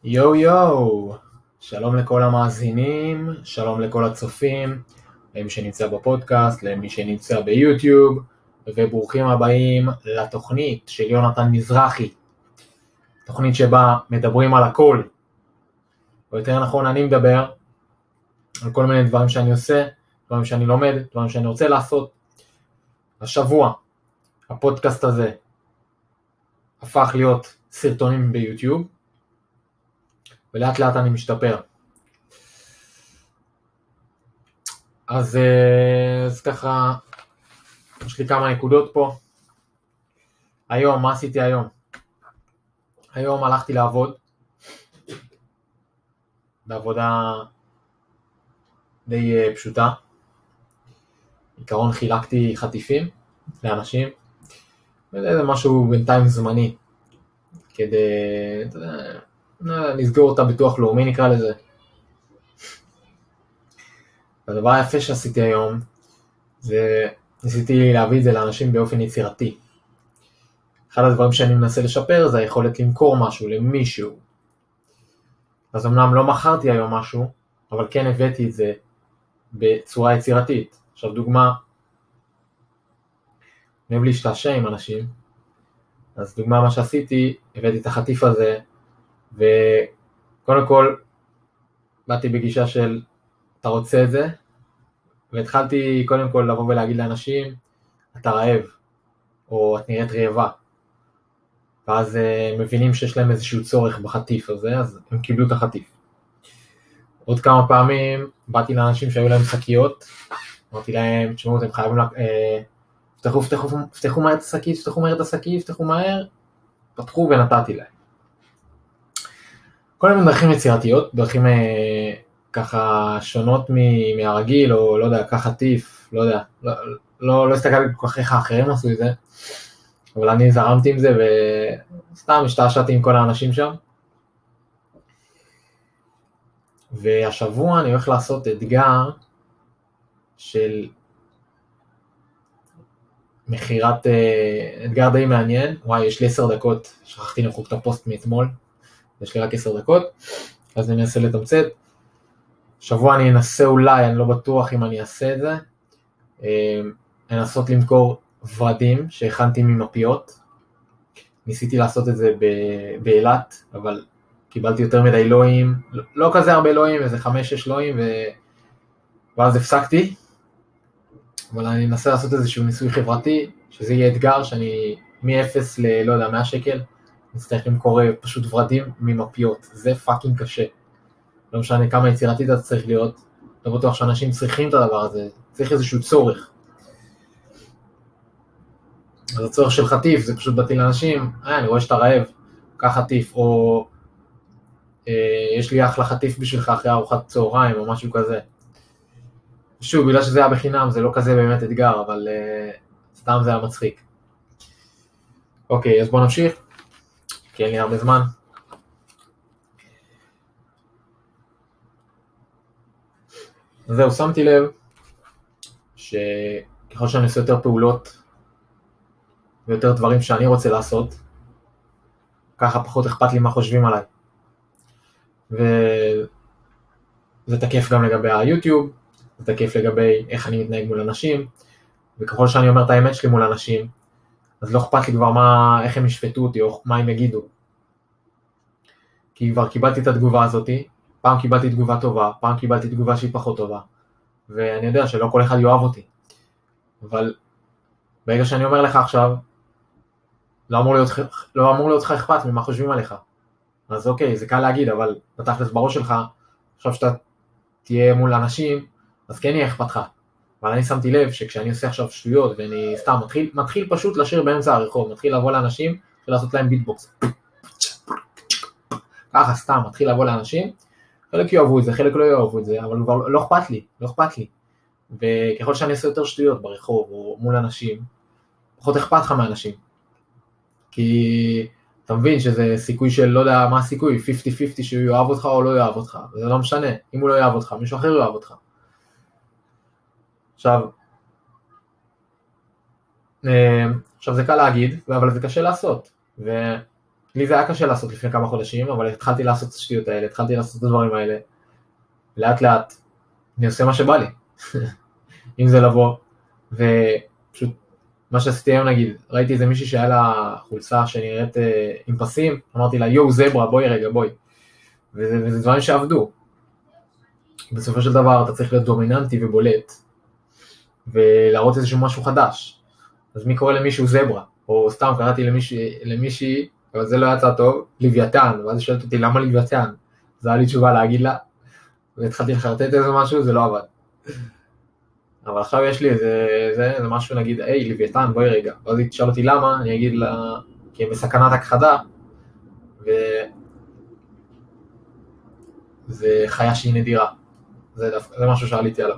יו יו, שלום לכל המאזינים, שלום לכל הצופים, למי שנמצא בפודקאסט, למי שנמצא ביוטיוב, וברוכים הבאים לתוכנית של יונתן מזרחי, תוכנית שבה מדברים על הכל, או יותר נכון אני מדבר על כל מיני דברים שאני עושה, דברים שאני לומד, דברים שאני רוצה לעשות. השבוע הפודקאסט הזה הפך להיות סרטונים ביוטיוב, ולאט לאט אני משתפר. אז ככה, יש לי כמה נקודות פה. היום, מה עשיתי היום? היום הלכתי לעבוד, בעבודה די פשוטה. בעיקרון חילקתי חטיפים לאנשים, וזה משהו בינתיים זמני, כדי לסגור אותה ביטוח לאומי נקרא לזה. והדבר היפה שעשיתי היום, זה ניסיתי להביא את זה לאנשים באופן יצירתי. אחד הדברים שאני מנסה לשפר זה היכולת למכור משהו למישהו. אז אמנם לא מכרתי היום משהו, אבל כן הבאתי את זה בצורה יצירתית. עכשיו דוגמה, אני אוהב להשתעשע עם אנשים, אז דוגמה מה שעשיתי, הבאתי את החטיף הזה, וקודם כל באתי בגישה של אתה רוצה את זה, והתחלתי קודם כל לבוא ולהגיד לאנשים, אתה רעב, או את נראית רעבה, ואז מבינים שיש להם איזשהו צורך בחטיף הזה, אז הם קיבלו את החטיף. עוד כמה פעמים באתי לאנשים שהיו להם שקיות, אמרתי להם, תשמעו, אתם חייבים פתחו מהר את השקית, פתחו מהר, פתחו ונתתי להם. כל מיני דרכים יצירתיות, דרכים ככה שונות מהרגיל, או לא יודע, ככה טיף, לא יודע, לא הסתכלתי כל כך איך האחרים עשו את זה, אבל אני זרמתי עם זה וסתם השתעשעתי עם כל האנשים שם. והשבוע אני הולך לעשות אתגר של מחירת, אתגר די מעניין. וואי, יש לי 10 דקות, שכחתי למחוק את הפוסט מאתמול, יש לי רק 10 דקות, אז אני אנסה לתמצת. שבוע אני אנסה אולי, אני לא בטוח אם אני אעשה את זה, אנסות למכור ורדים שהכנתי ממפיות. ניסיתי לעשות את זה באילת, אבל קיבלתי יותר מדי לואים, לא כזה הרבה לואים, איזה 5-6 לואים, ואז הפסקתי. אבל אני אנסה לעשות איזשהו ניסוי חברתי, שזה יהיה אתגר שאני מ-0 לא יודע, 100 שקל, נצטרך למכור פשוט ורדים ממפיות. זה פאקינג קשה. לא משנה כמה יצירתית אתה צריך להיות, לא בטוח שאנשים צריכים את הדבר הזה, צריך איזשהו צורך. אז הצורך של חטיף זה פשוט באתי לאנשים, אני רואה שאתה רעב, קח חטיף, או יש לי אחלה חטיף בשבילך אחרי ארוחת צהריים, או משהו כזה. שוב, בגלל שזה היה בחינם, זה לא כזה באמת אתגר, אבל סתם זה היה מצחיק. אוקיי, אז בוא נמשיך, כי אין לי הרבה זמן. אז זהו, שמתי לב שככל שאני עושה יותר פעולות ויותר דברים שאני רוצה לעשות, ככה פחות אכפת לי מה חושבים עליי. וזה תקף גם לגבי היוטיוב, זה תקף לגבי איך אני מתנהג מול אנשים, וככל שאני אומר את האמת שלי מול אנשים, אז לא אכפת לי כבר איך הם ישפטו אותי או מה הם יגידו. כי כבר קיבלתי את התגובה הזאת, פעם קיבלתי תגובה טובה, פעם קיבלתי תגובה שהיא פחות טובה, ואני יודע שלא כל אחד יאהב אותי. אבל ברגע שאני אומר לך עכשיו, לא אמור להיות לך אכפת ממה חושבים עליך. אז אוקיי, זה קל להגיד, אבל בתכלס בראש שלך, עכשיו שאתה תהיה מול אנשים, אז כן יהיה אכפתך. אבל אני שמתי לב שכשאני עושה עכשיו שטויות, ואני סתם מתחיל פשוט לשיר באמצע הרחוב, מתחיל לבוא לאנשים ולעשות להם ביטבוקס. ככה סתם, מתחיל לבוא לאנשים, חלק יאהבו את זה, חלק לא יאהבו את זה, אבל לא אכפת לי. וככל שאני עושה יותר שטויות ברחוב או מול אנשים, פחות אכפת לך מאנשים. כי אתה מבין שזה סיכוי של, לא יודע מה הסיכוי, 50-50 שהוא יאהב אותך או לא יאהב אותך, זה לא משנה, אם הוא לא יאהב אותך, מישהו אחר יאהב אותך. עכשיו זה קל להגיד, אבל זה קשה לעשות, לי זה היה קשה לעשות לפני כמה חודשים, אבל התחלתי לעשות את השטויות האלה, התחלתי לעשות את הדברים האלה, לאט לאט אני עושה מה שבא לי, אם זה לבוא, ופשוט מה שעשיתי היום נגיד, ראיתי איזה מישהי שהיה לה חולצה שנראית עם פסים, אמרתי לה יו זברה בואי רגע בואי, וזה דברים שעבדו, בסופו של דבר אתה צריך להיות דומיננטי ובולט, ולהראות איזשהו משהו חדש, אז מי קורא למישהו זברה, או סתם קראתי למישהי, אבל זה לא יצא טוב, לוויתן, ואז היא שואלת אותי למה לוויתן, זה היה לי תשובה להגיד לה, והתחלתי לחרטט איזה משהו, זה לא עבד. אבל עכשיו יש לי איזה משהו, נגיד, היי, לוויתן, בואי רגע. ואז היא תשאל אותי למה, אני אגיד לה, כי הם בסכנת הכחדה, וזה חיה שהיא נדירה. זה משהו שעליתי עליו.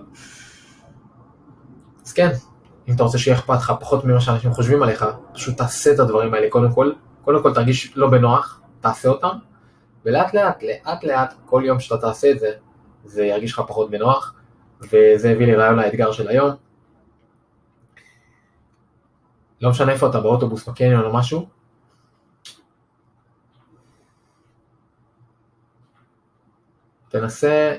אז כן, אם אתה רוצה שיהיה אכפת לך פחות ממה שאנשים חושבים עליך, פשוט תעשה את הדברים האלה קודם כל תרגיש לא בנוח, תעשה אותם, ולאט לאט, כל יום שאתה תעשה את זה, זה ירגיש לך פחות בנוח, וזה הביא לי רעיון לאתגר של היום. לא משנה איפה אתה באוטובוס, בקניון או משהו, תנסה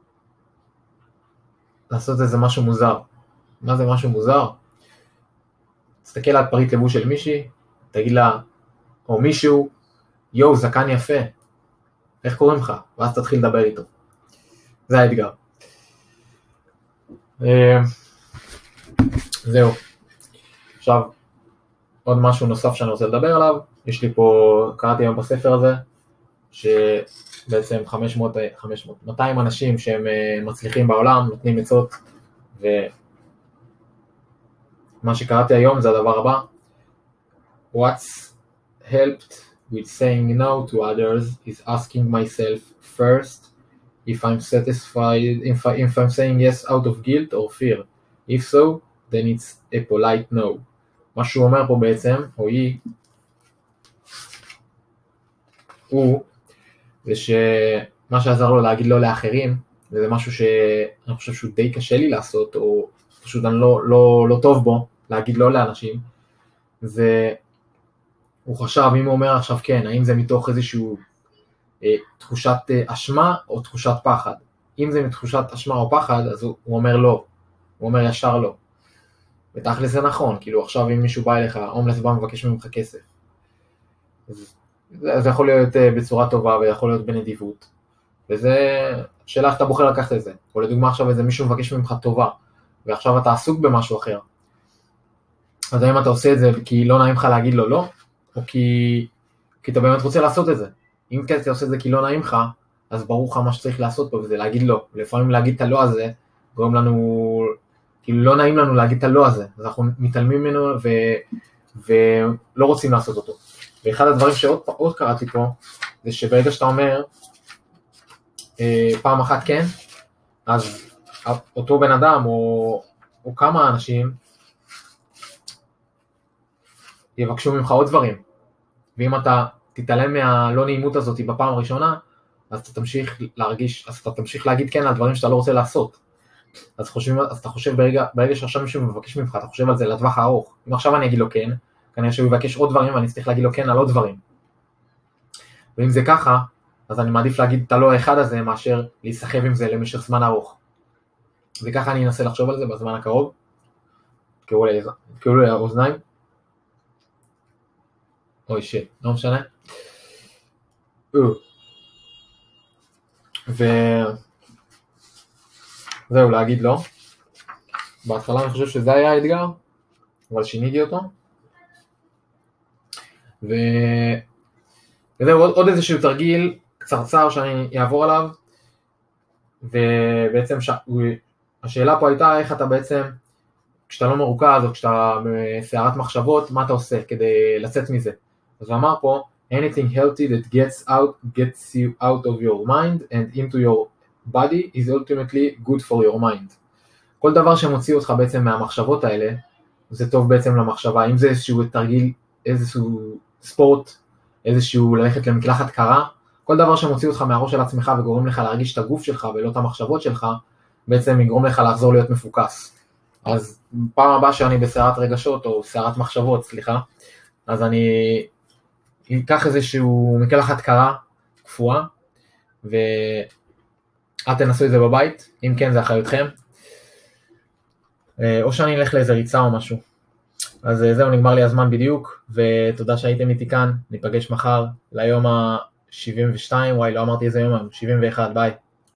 לעשות איזה משהו מוזר. מה זה משהו מוזר? תסתכל על פריט לבוש של מישהי, תגיד לה, או מישהו, יו, זקן יפה, איך קוראים לך? ואז תתחיל לדבר איתו. זה האתגר. זהו. עכשיו, עוד משהו נוסף שאני רוצה לדבר עליו, יש לי פה, קראתי היום בספר הזה, שבעצם 200 אנשים שהם מצליחים בעולם, נותנים עצות, ומה שקראתי היום זה הדבר הבא, What's helped with saying no to others is asking myself first if I'm satisfied, if I'm saying yes out of guilt or fear. If so, then it's a polite no. מה שהוא אומר פה בעצם, או היא, זה שמה שעזר לו להגיד לא לאחרים, וזה משהו שאני חושב שהוא די קשה לי לעשות, או פשוט אני לא טוב בו, להגיד לא לאנשים, זה, הוא חשב, אם הוא אומר עכשיו כן, האם זה מתוך איזשהו תחושת אשמה או תחושת פחד. אם זה מתחושת אשמה או פחד, אז הוא אומר לא, הוא אומר ישר לא. ותכל'ס זה נכון, כאילו עכשיו אם מישהו בא אליך, הומלס בא מבקש ממך כסף, זה יכול להיות בצורה טובה ויכול להיות בנדיבות, וזה שאלה איך אתה בוחר לקחת את זה. או לדוגמה עכשיו איזה מישהו מבקש ממך טובה, ועכשיו אתה עסוק במשהו אחר, אז האם אתה עושה את זה כי לא נעים לך להגיד לו לא, או כי אתה באמת רוצה לעשות את זה. אם אתה עושה את זה כי לא נעים לך, אז ברור לך מה שצריך לעשות פה, וזה להגיד לא. ולפעמים להגיד את הלא הזה, גורם לנו, כאילו לא נעים לנו להגיד את הלא הזה, אז אנחנו מתעלמים ממנו ולא רוצים לעשות אותו. ואחד הדברים שעוד קראתי פה, זה שברגע שאתה אומר, פעם אחת כן, אז אותו בן אדם או כמה אנשים, יבקשו ממך עוד דברים, ואם אתה תתעלם מהלא נעימות הזאת בפעם הראשונה, אז אתה תמשיך להגיד כן על דברים שאתה לא רוצה לעשות. אז אתה חושב ברגע שעכשיו מישהו מבקש ממך, אתה חושב על זה לטווח הארוך. אם עכשיו אני אגיד לו כן, כנראה שהוא יבקש עוד דברים ואני צריך להגיד לו כן על עוד דברים. ואם זה ככה, אז אני מעדיף להגיד את הלא האחד הזה מאשר להיסחב עם זה למשך זמן ארוך. וככה אני אנסה לחשוב על זה בזמן הקרוב. תקראו לי האוזניים. אוי שיט, לא משנה. וזהו, להגיד לא. בהתחלה אני חושב שזה היה האתגר, אבל שיניתי אותו. וזהו, עוד איזשהו תרגיל קצרצר שאני אעבור עליו, ובעצם השאלה פה הייתה איך אתה בעצם, כשאתה לא מרוכז או כשאתה בסערת מחשבות, מה אתה עושה כדי לצאת מזה. אז הוא אמר פה, anything healthy that gets you out of your mind and into your body is ultimately good for your mind. כל דבר שמוציא אותך בעצם מהמחשבות האלה, זה טוב בעצם למחשבה. אם זה איזשהו תרגיל, איזשהו ספורט, איזשהו ללכת למקלחת קרה, כל דבר שמוציא אותך מהראש של עצמך וגורם לך להרגיש את הגוף שלך ולא את המחשבות שלך, בעצם יגרום לך לחזור להיות מפוקס. אז פעם הבאה שאני בסערת רגשות או סערת מחשבות, סליחה, אז אני ייקח איזשהו מקלחת קרה, קפואה, ואת תנסו את זה בבית, אם כן זה אחריותכם, או שאני אלך לאיזה ריצה או משהו. אז זהו, נגמר לי הזמן בדיוק, ותודה שהייתם איתי כאן, ניפגש מחר ליום ה-72, וואי, לא אמרתי איזה יום, 71, ביי.